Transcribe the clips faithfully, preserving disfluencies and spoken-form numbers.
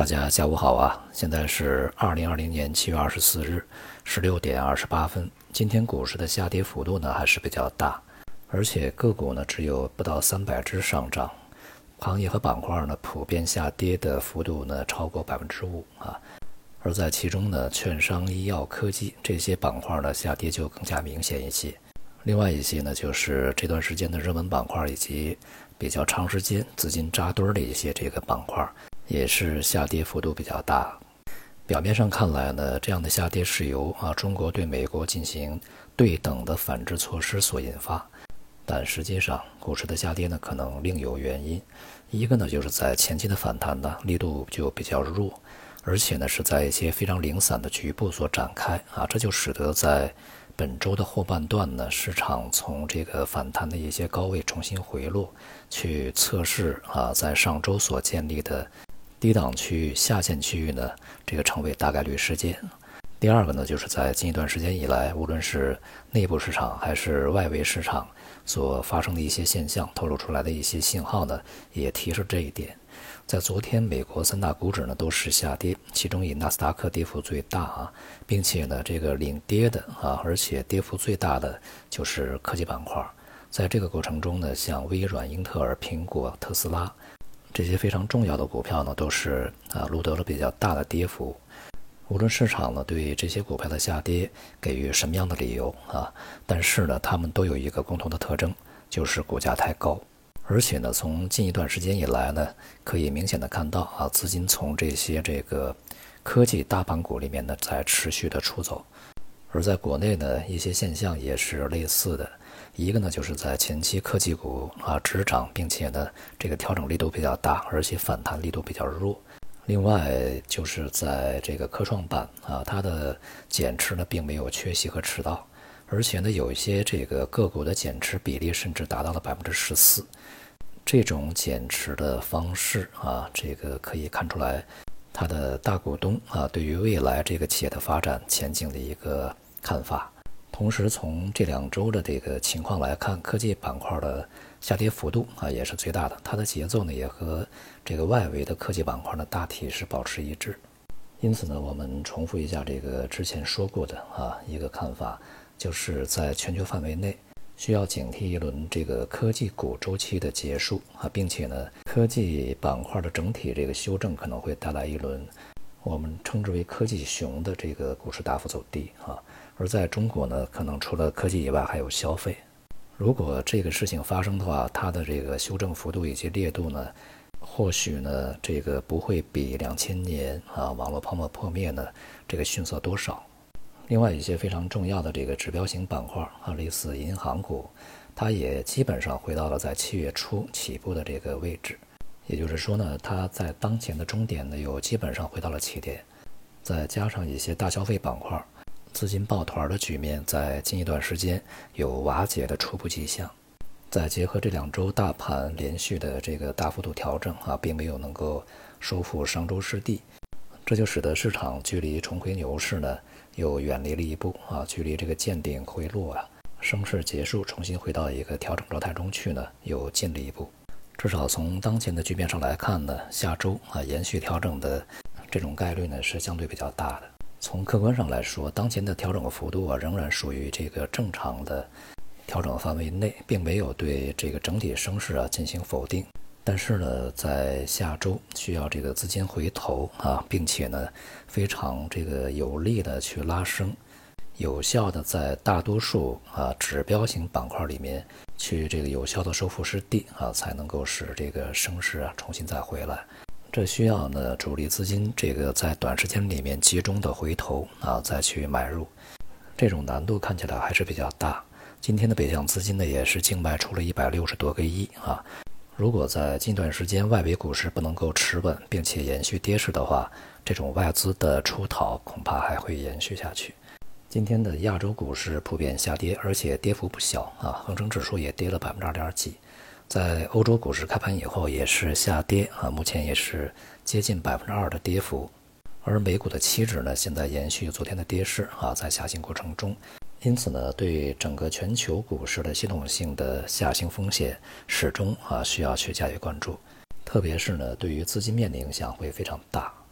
大家下午好啊！现在是二零二零年七月二十四日十六点二十八分。今天股市的下跌幅度呢还是比较大，而且个股呢只有不到三百只上涨，行业和板块呢普遍下跌的幅度呢超过百分之五啊。而在其中呢，券商、医药、科技这些板块呢下跌就更加明显一些。另外一些呢，就是这段时间的热门板块以及比较长时间资金扎堆的一些这个板块，也是下跌幅度比较大。表面上看来呢，这样的下跌是由啊中国对美国进行对等的反制措施所引发，但实际上股市的下跌呢可能另有原因。一个呢就是在前期的反弹呢力度就比较弱，而且呢是在一些非常零散的局部所展开啊，这就使得在本周的后半段呢，市场从这个反弹的一些高位重新回落，去测试啊在上周所建立的低档区域、下限区域呢，这个成为大概率事件。第二个呢，就是在近一段时间以来，无论是内部市场还是外围市场所发生的一些现象，透露出来的一些信号呢，也提示这一点。在昨天，美国三大股指呢都是下跌，其中以纳斯达克跌幅最大啊，并且呢这个领跌的啊，而且跌幅最大的就是科技板块。在这个过程中呢，像微软、英特尔、苹果、特斯拉这些非常重要的股票呢，都是啊录得了比较大的跌幅。无论市场呢对这些股票的下跌给予什么样的理由啊，但是呢，它们都有一个共同的特征，就是股价太高。而且呢，从近一段时间以来呢，可以明显的看到啊，资金从这些这个科技大盘股里面呢，在持续的出走。而在国内呢，一些现象也是类似的。一个呢，就是在前期科技股啊止涨，并且呢，这个调整力度比较大，而且反弹力度比较弱。另外就是在这个科创板啊，它的减持呢，并没有缺席和迟到。而且呢，有一些这个个股的减持比例甚至达到了百分之十四，这种减持的方式啊，这个可以看出来，它的大股东啊对于未来这个企业的发展前景的一个看法。同时，从这两周的这个情况来看，科技板块的下跌幅度啊也是最大的，它的节奏呢也和这个外围的科技板块呢大体是保持一致。因此呢，我们重复一下这个之前说过的啊一个看法。就是在全球范围内需要警惕一轮这个科技股周期的结束啊，并且呢，科技板块的整体这个修正可能会带来一轮我们称之为科技熊的这个股市大幅走低啊。而在中国呢，可能除了科技以外还有消费。如果这个事情发生的话，它的这个修正幅度以及烈度呢，或许呢这个不会比两千年啊网络泡沫破灭呢这个逊色多少。另外一些非常重要的这个指标型板块啊，类似银行股，它也基本上回到了在七月初起步的这个位置。也就是说呢，它在当前的终点呢，又基本上回到了起点。再加上一些大消费板块，资金抱团的局面在近一段时间有瓦解的初步迹象。再结合这两周大盘连续的这个大幅度调整啊，并没有能够收复上周失地，这就使得市场距离重回牛市呢又远离了一步啊，距离这个见顶回落啊，升势结束，重新回到一个调整状态中去呢，又近了一步。至少从当前的局面上来看呢，下周啊延续调整的这种概率呢是相对比较大的。从客观上来说，当前的调整幅度啊仍然属于这个正常的调整范围内，并没有对这个整体升势啊进行否定。但是呢，在下周需要这个资金回头啊，并且呢非常这个有力的去拉升，有效的在大多数啊指标型板块里面去这个有效的收复失地啊，才能够使这个升势啊重新再回来。这需要呢主力资金这个在短时间里面集中的回头啊，再去买入，这种难度看起来还是比较大。今天的北向资金呢也是净卖出了一百六十多个亿啊。如果在近段时间外围股市不能够持稳并且延续跌势的话，这种外资的出逃恐怕还会延续下去。今天的亚洲股市普遍下跌，而且跌幅不小啊，恒生指数也跌了百分之二点几。在欧洲股市开盘以后也是下跌啊，目前也是接近百分之二的跌幅。而美股的期指呢，现在延续昨天的跌势啊，在下行过程中。因此呢，对整个全球股市的系统性的下行风险始终啊需要去加以关注，特别是呢，对于资金面的影响会非常大。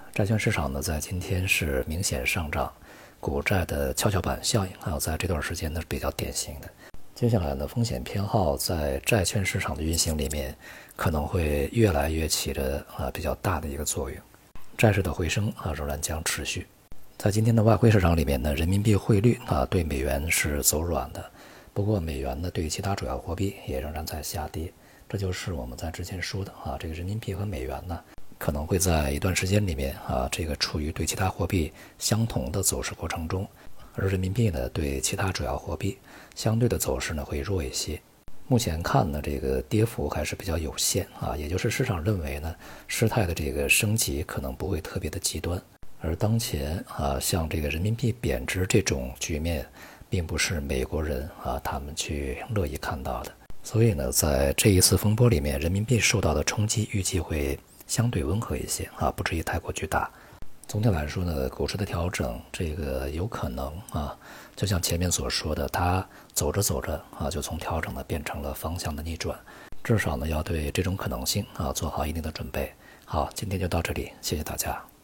债券市场呢在今天是明显上涨，股债的跷跷板效应还有在这段时间呢是比较典型的。接下来呢，风险偏好在债券市场的运行里面可能会越来越起着啊比较大的一个作用，债市的回升啊仍然将持续。在今天的外汇市场里面呢，人民币汇率啊对美元是走软的，不过美元呢对其他主要货币也仍然在下跌，这就是我们在之前说的啊，这个人民币和美元呢可能会在一段时间里面啊这个处于对其他货币相同的走势过程中。而人民币呢，对其他主要货币相对的走势呢会弱一些。目前看呢，这个跌幅还是比较有限啊，也就是市场认为呢，事态的这个升级可能不会特别的极端。而当前啊，像这个人民币贬值这种局面，并不是美国人啊他们去乐意看到的。所以呢，在这一次风波里面，人民币受到的冲击预计会相对温和一些啊，不至于太过巨大。总体来说呢，股市的调整这个有可能啊，就像前面所说的，它走着走着啊，就从调整呢变成了方向的逆转，至少呢要对这种可能性啊做好一定的准备。好，今天就到这里，谢谢大家。